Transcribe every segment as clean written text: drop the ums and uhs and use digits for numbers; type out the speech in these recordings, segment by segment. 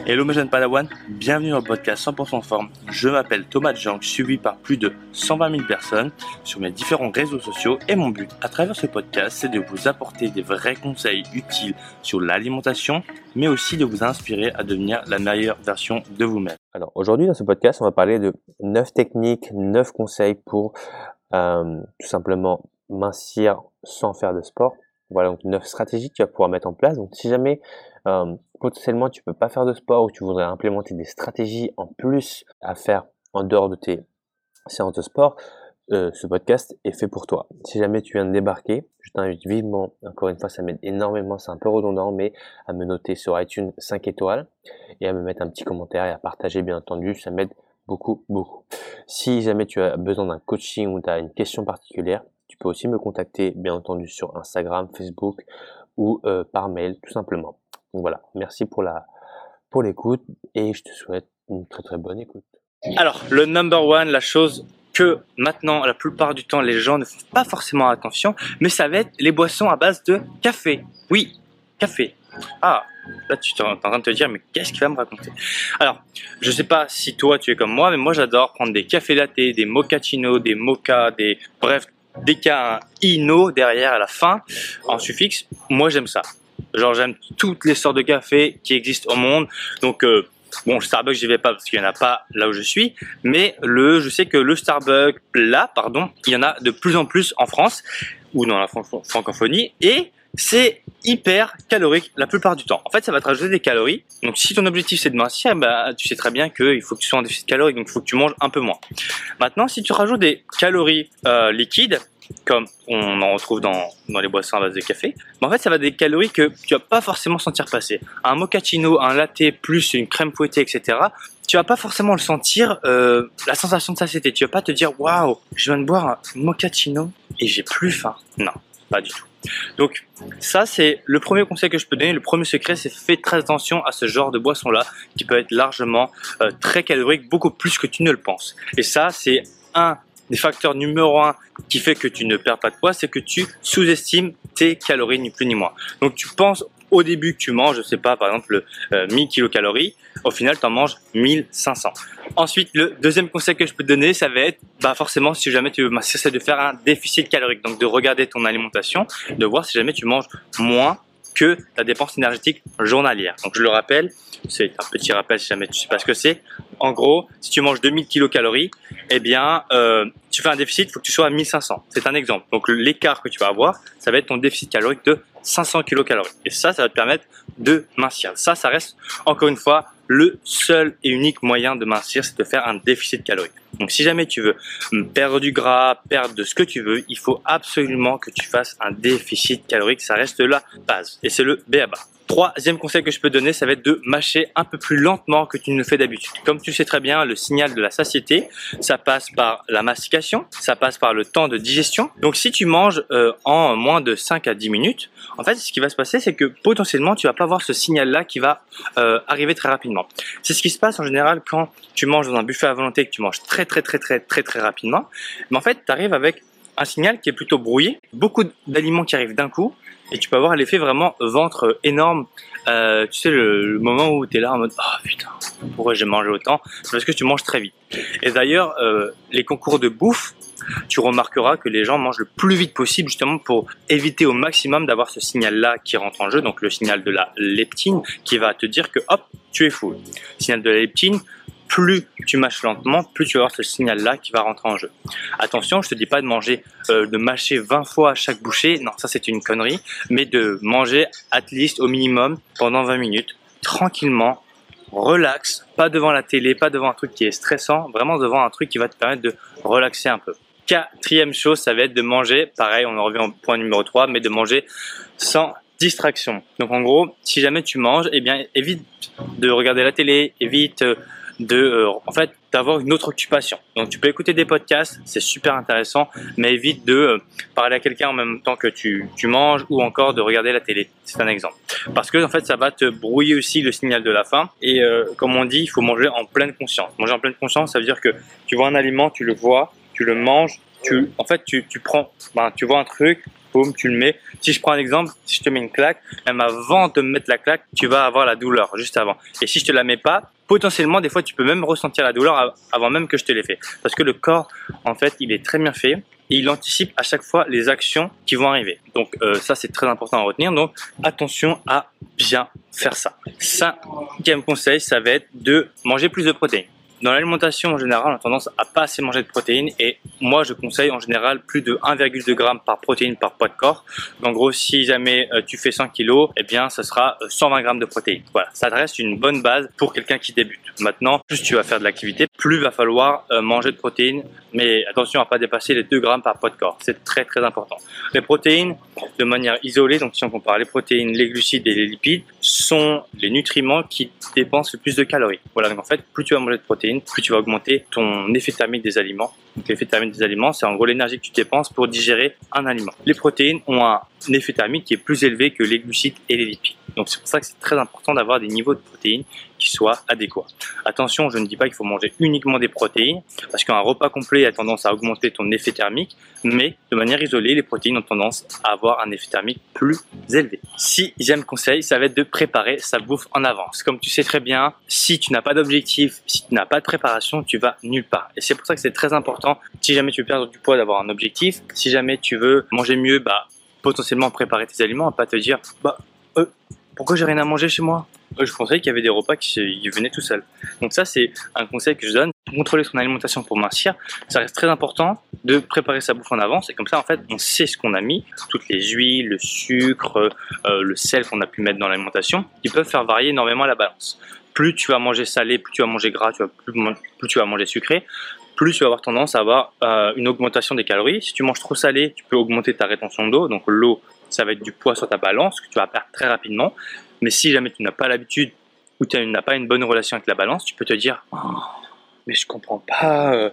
Hello mes jeunes Padawan, bienvenue dans le podcast 100% forme. Je m'appelle Thomas Jank, suivi par plus de 120 000 personnes sur mes différents réseaux sociaux et mon but à travers ce podcast c'est de vous apporter des vrais conseils utiles sur l'alimentation mais aussi de vous inspirer à devenir la meilleure version de vous-même. Alors aujourd'hui dans ce podcast on va parler de 9 techniques, 9 conseils pour tout simplement mincir sans faire de sport. Voilà, donc 9 stratégies que tu vas pouvoir mettre en place. Donc si jamais potentiellement tu peux pas faire de sport ou tu voudrais implémenter des stratégies en plus à faire en dehors de tes séances de sport, ce podcast est fait pour toi. Si jamais tu viens de débarquer, je t'invite vivement, encore une fois ça m'aide énormément, c'est un peu redondant, mais à me noter sur iTunes 5 étoiles et à me mettre un petit commentaire et à partager bien entendu, ça m'aide beaucoup. Si jamais tu as besoin d'un coaching ou tu as une question particulière, tu peux aussi me contacter bien entendu sur Instagram, Facebook ou par mail tout simplement. Donc voilà, merci pour l'écoute et je te souhaite une très bonne écoute. Alors le number one, la chose que maintenant la plupart du temps les gens ne font pas forcément attention, mais ça va être les boissons à base de café. Oui, café. Ah, là tu es en train de te dire mais qu'est-ce qu'il va me raconter? Alors, je sais pas si toi tu es comme moi, mais moi j'adore prendre des cafés latte, des mochaccino, des mochas, bref, des cas ino derrière à la fin en suffixe. Moi j'aime ça. Genre j'aime toutes les sortes de cafés qui existent au monde. Donc bon, Starbucks j'y vais pas parce qu'il y en a pas là où je suis, mais je sais que le Starbucks là, il y en a de plus en plus en France ou dans la francophonie et c'est hyper calorique la plupart du temps. En fait, ça va te rajouter des calories. Donc, si ton objectif c'est de mincir, tu sais très bien qu'il faut que tu sois en déficit calorique, donc il faut que tu manges un peu moins. Maintenant, si tu rajoutes des calories liquides, comme on en retrouve dans les boissons à base de café, en fait, ça va être des calories que tu vas pas forcément sentir passer. Un mochaccino, un latte plus une crème fouettée, etc. Tu vas pas forcément le sentir, la sensation de satiété. Tu vas pas te dire waouh, je viens de boire un mochaccino et j'ai plus faim. Non, pas du tout. Donc ça c'est le premier conseil que je peux donner, le premier secret c'est fais très attention à ce genre de boisson là qui peut être largement très calorique, beaucoup plus que tu ne le penses. Et ça c'est un des facteurs numéro 1 qui fait que tu ne perds pas de poids, c'est que tu sous-estimes tes calories ni plus ni moins. Donc tu penses au début que tu manges, je sais pas, par exemple 1000 kilocalories, au final tu en manges 1500. Ensuite, le deuxième conseil que je peux te donner, ça va être, forcément, si jamais tu veux mincir, c'est de faire un déficit calorique. Donc de regarder ton alimentation, de voir si jamais tu manges moins que ta dépense énergétique journalière. Donc je le rappelle, c'est un petit rappel si jamais tu sais pas ce que c'est. En gros, si tu manges 2000 kilocalories, eh bien, tu fais un déficit, il faut que tu sois à 1500. C'est un exemple. Donc l'écart que tu vas avoir, ça va être ton déficit calorique de 500 kilocalories. Et ça va te permettre de mincir. Ça reste, encore une fois, le seul et unique moyen de mincir, c'est de faire un déficit calorique. Donc si jamais tu veux perdre du gras, perdre de ce que tu veux, il faut absolument que tu fasses un déficit calorique. Ça reste la base. Et c'est le b.a.-ba. Troisième conseil que je peux donner, ça va être de mâcher un peu plus lentement que tu ne le fais d'habitude. Comme tu sais très bien, le signal de la satiété, ça passe par la mastication, ça passe par le temps de digestion. Donc si tu manges en moins de 5 à 10 minutes, en fait ce qui va se passer c'est que potentiellement tu vas pas avoir ce signal-là qui va arriver très rapidement. C'est ce qui se passe en général quand tu manges dans un buffet à volonté, que tu manges très rapidement. Mais en fait tu arrives avec un signal qui est plutôt brouillé, beaucoup d'aliments qui arrivent d'un coup, et tu peux avoir l'effet vraiment ventre énorme. Tu sais, le moment où tu es là en mode « Oh putain, pourquoi j'ai mangé autant ?» C'est parce que tu manges très vite. Et d'ailleurs, les concours de bouffe, tu remarqueras que les gens mangent le plus vite possible justement pour éviter au maximum d'avoir ce signal-là qui rentre en jeu, donc le signal de la leptine qui va te dire que hop, tu es full. Signal de la leptine, plus tu mâches lentement, plus tu vas avoir ce signal-là qui va rentrer en jeu. Attention, je te dis pas de mâcher 20 fois à chaque bouchée, non, ça c'est une connerie, mais de manger at least au minimum pendant 20 minutes, tranquillement, relax, pas devant la télé, pas devant un truc qui est stressant, vraiment devant un truc qui va te permettre de relaxer un peu. Quatrième chose, ça va être de manger, pareil, on en revient au point numéro 3, mais de manger sans distraction. Donc en gros, si jamais tu manges, eh bien évite de regarder la télé, évite d'avoir une autre occupation. Donc tu peux écouter des podcasts, c'est super intéressant, mais évite de parler à quelqu'un en même temps que tu manges ou encore de regarder la télé. C'est un exemple. Parce que en fait ça va te brouiller aussi le signal de la faim et comme on dit, il faut manger en pleine conscience. Manger en pleine conscience, ça veut dire que tu vois un aliment, tu le vois, tu le manges, tu vois un truc, boum, tu le mets. Si je prends un exemple, si je te mets une claque, même avant de me mettre la claque, tu vas avoir la douleur juste avant. Et si je te la mets pas, potentiellement, des fois, tu peux même ressentir la douleur avant même que je te l'ai fait. Parce que le corps, en fait, il est très bien fait. Et il anticipe à chaque fois les actions qui vont arriver. Donc ça, c'est très important à retenir. Donc attention à bien faire ça. Cinquième conseil, ça va être de manger plus de protéines. Dans l'alimentation en général, on a tendance à pas assez manger de protéines et moi je conseille en général plus de 1,2 g par protéine par poids de corps. En gros, si jamais tu fais 100 kg, eh bien ça sera 120 g de protéines. Voilà, ça te reste une bonne base pour quelqu'un qui débute. Maintenant, plus tu vas faire de l'activité, plus il va falloir manger de protéines, mais attention à pas dépasser les 2 g par poids de corps. C'est très très important. Les protéines, de manière isolée, donc si on compare les protéines, les glucides et les lipides, sont les nutriments qui dépensent le plus de calories. Voilà, donc en fait, plus tu vas manger de protéines, plus tu vas augmenter ton effet thermique des aliments. Donc l'effet thermique des aliments, c'est en gros l'énergie que tu dépenses pour digérer un aliment. Les protéines ont un effet thermique qui est plus élevé que les glucides et les lipides. Donc c'est pour ça que c'est très important d'avoir des niveaux de protéines qui soient adéquats. Attention, je ne dis pas qu'il faut manger uniquement des protéines, parce qu'un repas complet a tendance à augmenter ton effet thermique, mais de manière isolée, les protéines ont tendance à avoir un effet thermique plus élevé. Sixième conseil, ça va être de préparer sa bouffe en avance. Comme tu sais très bien, si tu n'as pas d'objectif, si tu n'as pas de préparation, tu vas nulle part. Et c'est pour ça que c'est très important, si jamais tu veux perdre du poids, d'avoir un objectif. Si jamais tu veux manger mieux, potentiellement préparer tes aliments, à pas te dire pourquoi j'ai rien à manger chez moi. Je pensais qu'il y avait des repas qui venaient tout seuls. Donc ça, c'est un conseil que je donne. Contrôler son alimentation pour mincir, ça reste très important de préparer sa bouffe en avance. Et comme ça, en fait, on sait ce qu'on a mis, toutes les huiles, le sucre, le sel qu'on a pu mettre dans l'alimentation, qui peuvent faire varier énormément la balance. Plus tu vas manger salé, plus tu vas manger gras, plus tu vas manger sucré, plus tu vas avoir tendance à avoir une augmentation des calories. Si tu manges trop salé, tu peux augmenter ta rétention d'eau. Donc l'eau, ça va être du poids sur ta balance que tu vas perdre très rapidement. Mais si jamais tu n'as pas l'habitude ou tu n'as pas une bonne relation avec la balance, tu peux te dire mais je comprends pas,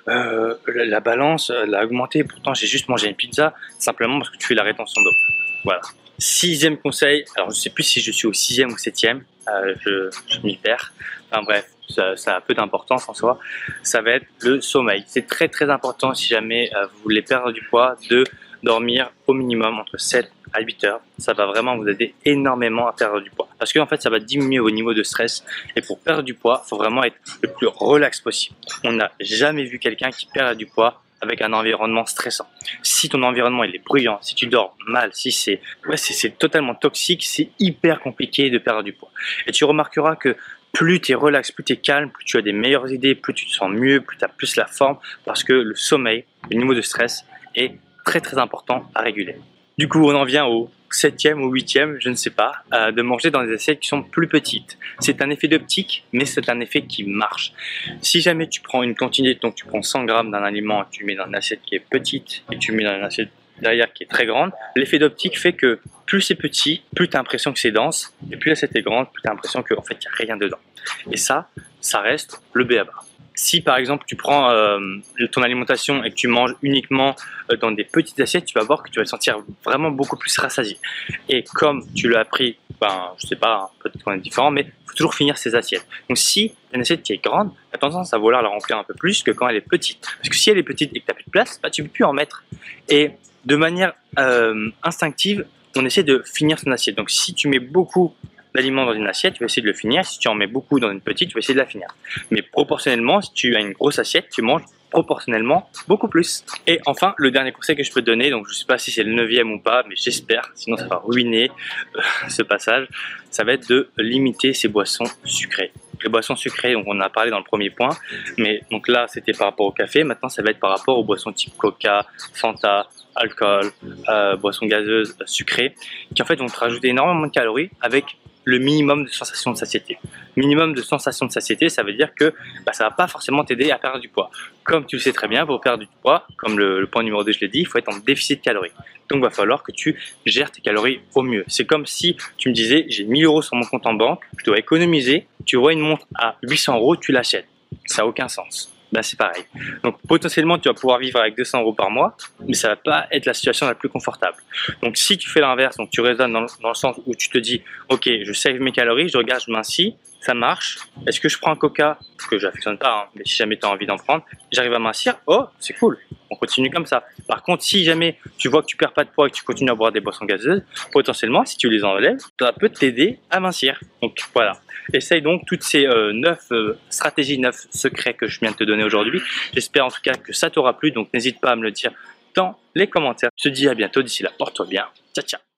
la balance elle a augmenté, pourtant j'ai juste mangé une pizza, simplement parce que tu fais la rétention d'eau. Voilà. Sixième conseil, alors je sais plus si je suis au sixième ou septième, je m'y perds. Enfin bref, ça a peu d'importance en soi. Ça va être le sommeil. C'est très très important si jamais vous voulez perdre du poids de dormir au minimum entre 7 à 8 heures. Ça va vraiment vous aider énormément à perdre du poids. Parce qu'en fait, ça va diminuer vos niveaux de stress. Et pour perdre du poids, il faut vraiment être le plus relax possible. On n'a jamais vu quelqu'un qui perd du poids avec un environnement stressant. Si ton environnement il est bruyant, si tu dors mal, si c'est totalement toxique, c'est hyper compliqué de perdre du poids. Et tu remarqueras que plus tu es relax, plus tu es calme, plus tu as des meilleures idées, plus tu te sens mieux, plus tu as plus la forme, parce que le sommeil, le niveau de stress est très très important à réguler. Du coup, on en vient au septième ou huitième, je ne sais pas, de manger dans des assiettes qui sont plus petites. C'est un effet d'optique, mais c'est un effet qui marche. Si jamais tu prends une quantité, donc tu prends 100 grammes d'un aliment, tu mets dans une assiette qui est petite et tu mets dans une assiette derrière qui est très grande, l'effet d'optique fait que plus c'est petit, plus tu as l'impression que c'est dense, et plus l'assiette est grande, plus tu as l'impression qu'en fait il n'y a rien dedans. Et ça reste le b.a.-ba. Si par exemple tu prends ton alimentation et que tu manges uniquement dans des petites assiettes, tu vas voir que tu vas te sentir vraiment beaucoup plus rassasié. Et comme tu l'as appris, je sais pas, peut-être qu'on est différent, mais il faut toujours finir ses assiettes. Donc si une assiette qui est grande, tu as tendance à vouloir la remplir un peu plus que quand elle est petite. Parce que si elle est petite et que tu n'as plus de place, tu ne peux plus en mettre. Et de manière instinctive, on essaie de finir son assiette. Donc si tu mets beaucoup d'aliments dans une assiette, tu vas essayer de le finir. Si tu en mets beaucoup dans une petite, tu vas essayer de la finir. Mais proportionnellement, si tu as une grosse assiette, tu manges proportionnellement beaucoup plus. Et enfin, le dernier conseil que je peux te donner, donc je ne sais pas si c'est le 9e ou pas, mais j'espère, sinon ça va ruiner ce passage, ça va être de limiter ces boissons sucrées. Les boissons sucrées, donc on en a parlé dans le premier point, mais donc là c'était par rapport au café, maintenant ça va être par rapport aux boissons type Coca, Fanta, alcool, boissons gazeuses sucrées, qui en fait vont te rajouter énormément de calories avec le minimum de sensation de satiété. Minimum de sensation de satiété, ça veut dire que ça va pas forcément t'aider à perdre du poids. Comme tu le sais très bien, pour perdre du poids, comme le point numéro 2 je l'ai dit, il faut être en déficit calorique. Donc il va falloir que tu gères tes calories au mieux. C'est comme si tu me disais j'ai 1000 € sur mon compte en banque, je dois économiser, tu vois une montre à 800 €, tu l'achètes. Ça n'a aucun sens. C'est pareil. Donc potentiellement tu vas pouvoir vivre avec 200 € par mois, mais ça va pas être la situation la plus confortable. Donc si tu fais l'inverse, donc tu raisonnes dans le sens où tu te dis ok, je save mes calories, je regarde, je mincis, ça marche. Est-ce que je prends un coca, que je n'affectionne pas, hein, mais si jamais tu as envie d'en prendre, j'arrive à mincir, oh, c'est cool, on continue comme ça. Par contre, si jamais tu vois que tu perds pas de poids et que tu continues à boire des boissons gazeuses, potentiellement, si tu les enlèves, ça peut t'aider à mincir. Donc voilà, essaye donc toutes ces 9 stratégies, 9 secrets que je viens de te donner aujourd'hui. J'espère en tout cas que ça t'aura plu, donc n'hésite pas à me le dire dans les commentaires. Je te dis à bientôt, d'ici là, porte-toi bien, ciao ciao.